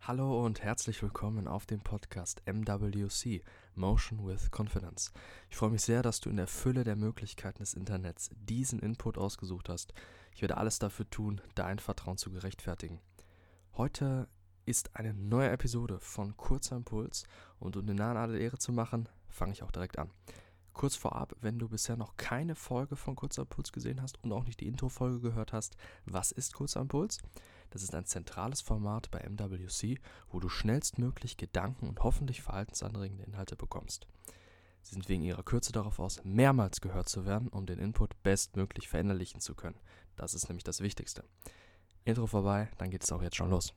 Hallo und herzlich willkommen auf dem Podcast MWC, Motion with Confidence. Ich freue mich sehr, dass du in der Fülle der Möglichkeiten des Internets diesen Input ausgesucht hast. Ich werde alles dafür tun, dein Vertrauen zu gerechtfertigen. Heute ist eine neue Episode von Kurzer Impuls und um den Namen alle Ehre zu machen, fange ich auch direkt an. Kurz vorab, wenn du bisher noch keine Folge von Kurzer Impuls gesehen hast und auch nicht die Intro-Folge gehört hast, was ist Kurzer Impuls? Das ist ein zentrales Format bei MWC, wo du schnellstmöglich Gedanken und hoffentlich verhaltensanregende Inhalte bekommst. Sie sind wegen ihrer Kürze darauf aus, mehrmals gehört zu werden, um den Input bestmöglich verinnerlichen zu können. Das ist nämlich das Wichtigste. Intro vorbei, dann geht es auch jetzt schon los.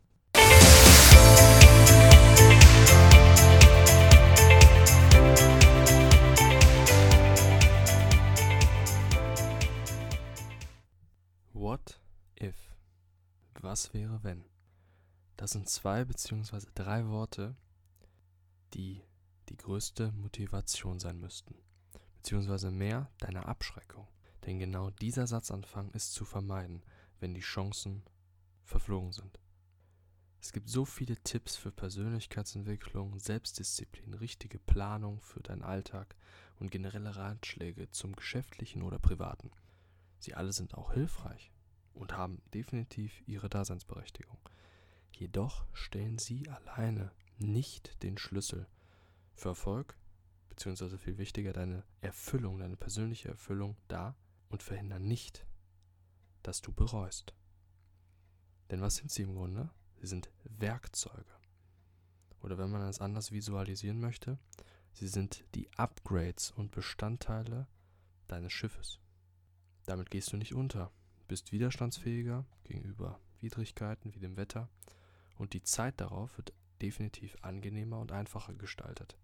What if? Was wäre, wenn? Das sind 2 bzw. 3 Worte, die die größte Motivation sein müssten, beziehungsweise mehr deine Abschreckung. Denn genau dieser Satzanfang ist zu vermeiden, wenn die Chancen verflogen sind. Es gibt so viele Tipps für Persönlichkeitsentwicklung, Selbstdisziplin, richtige Planung für deinen Alltag und generelle Ratschläge zum Geschäftlichen oder Privaten. Sie alle sind auch hilfreich und haben definitiv ihre Daseinsberechtigung. Jedoch stellen sie alleine nicht den Schlüssel für Erfolg, beziehungsweise viel wichtiger, deine Erfüllung, deine persönliche Erfüllung dar und verhindern nicht, dass du bereust. Denn was sind sie im Grunde? Sie sind Werkzeuge. Oder wenn man es anders visualisieren möchte, sie sind die Upgrades und Bestandteile deines Schiffes. Damit gehst du nicht unter, bist widerstandsfähiger gegenüber Widrigkeiten wie dem Wetter und die Zeit darauf wird definitiv angenehmer und einfacher gestaltet.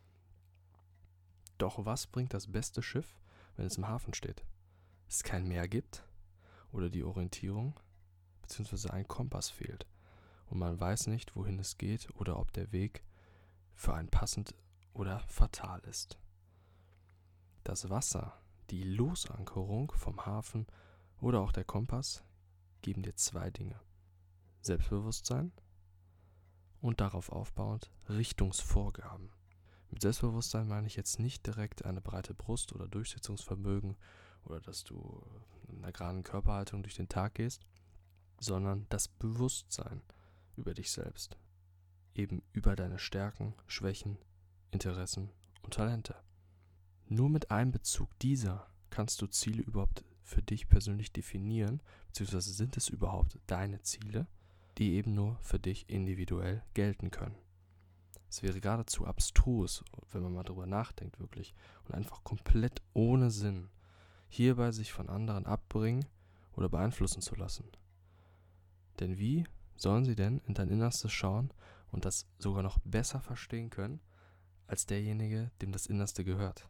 Doch was bringt das beste Schiff, wenn es im Hafen steht? Es kein Meer gibt oder die Orientierung bzw. ein Kompass fehlt und man weiß nicht, wohin es geht oder ob der Weg für einen passend oder fatal ist. Das Wasser, die Losankerung vom Hafen oder auch der Kompass geben dir 2 Dinge. Selbstbewusstsein und darauf aufbauend Richtungsvorgaben. Mit Selbstbewusstsein meine ich jetzt nicht direkt eine breite Brust oder Durchsetzungsvermögen oder dass du in einer geraden Körperhaltung durch den Tag gehst, sondern das Bewusstsein über dich selbst, eben über deine Stärken, Schwächen, Interessen und Talente. Nur mit Einbezug dieser kannst du Ziele überhaupt für dich persönlich definieren, beziehungsweise sind es überhaupt deine Ziele, die eben nur für dich individuell gelten können. Es wäre geradezu abstrus, wenn man mal drüber nachdenkt wirklich, und einfach komplett ohne Sinn, hierbei sich von anderen abbringen oder beeinflussen zu lassen. Denn wie sollen sie denn in dein Innerstes schauen und das sogar noch besser verstehen können, als derjenige, dem das Innerste gehört?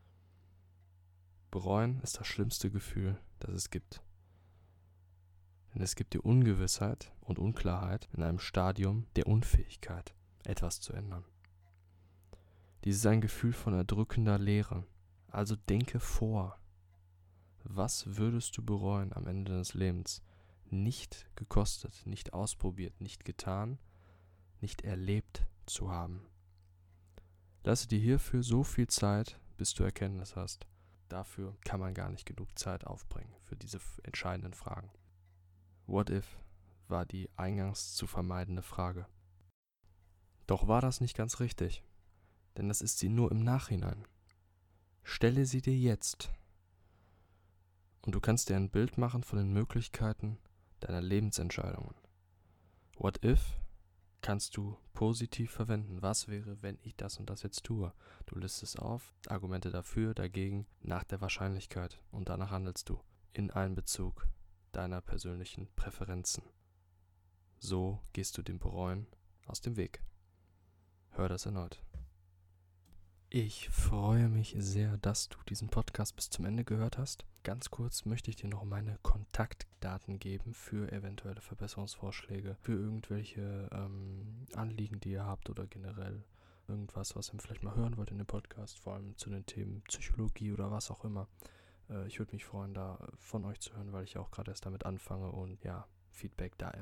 Bereuen ist das schlimmste Gefühl, das es gibt. Denn es gibt dir Ungewissheit und Unklarheit in einem Stadium der Unfähigkeit, etwas zu ändern. Dies ist ein Gefühl von erdrückender Leere. Also denke vor. Was würdest du bereuen am Ende deines Lebens? Nicht gekostet, nicht ausprobiert, nicht getan, nicht erlebt zu haben. Lasse dir hierfür so viel Zeit, bis du Erkenntnis hast. Dafür kann man gar nicht genug Zeit aufbringen, für diese entscheidenden Fragen. What if war die eingangs zu vermeidende Frage. Doch war das nicht ganz richtig, denn das ist sie nur im Nachhinein. Stelle sie dir jetzt und du kannst dir ein Bild machen von den Möglichkeiten deiner Lebensentscheidungen. What if kannst du positiv verwenden. Was wäre, wenn ich das und das jetzt tue? Du listest auf, Argumente dafür, dagegen, nach der Wahrscheinlichkeit und danach handelst du in Einbezug deiner persönlichen Präferenzen. So gehst du dem Bereuen aus dem Weg. Hör das erneut. Ich freue mich sehr, dass du diesen Podcast bis zum Ende gehört hast. Ganz kurz möchte ich dir noch meine Kontaktdaten geben für eventuelle Verbesserungsvorschläge, für irgendwelche Anliegen, die ihr habt oder generell irgendwas, was ihr vielleicht mal hören wollt in dem Podcast, vor allem zu den Themen Psychologie oder was auch immer. Ich würde mich freuen, da von euch zu hören, weil ich auch gerade erst damit anfange und ja, Feedback da immer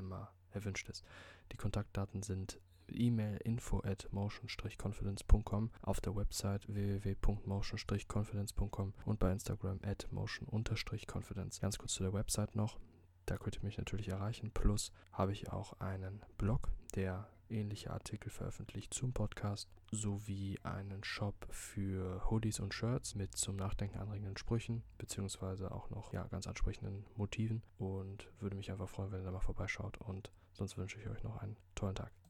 erwünscht ist. Die Kontaktdaten sind E-Mail info@motion-confidence.com, auf der Website www.motion-confidence.com und bei Instagram @motion_confidence. Ganz kurz zu der Website noch. Da könnt ihr mich natürlich erreichen. Plus habe ich auch einen Blog, der ähnliche Artikel veröffentlicht zum Podcast, sowie einen Shop für Hoodies und Shirts mit zum Nachdenken anregenden Sprüchen, beziehungsweise auch noch ganz ansprechenden Motiven, und würde mich einfach freuen, wenn ihr da mal vorbeischaut, und sonst wünsche ich euch noch einen tollen Tag.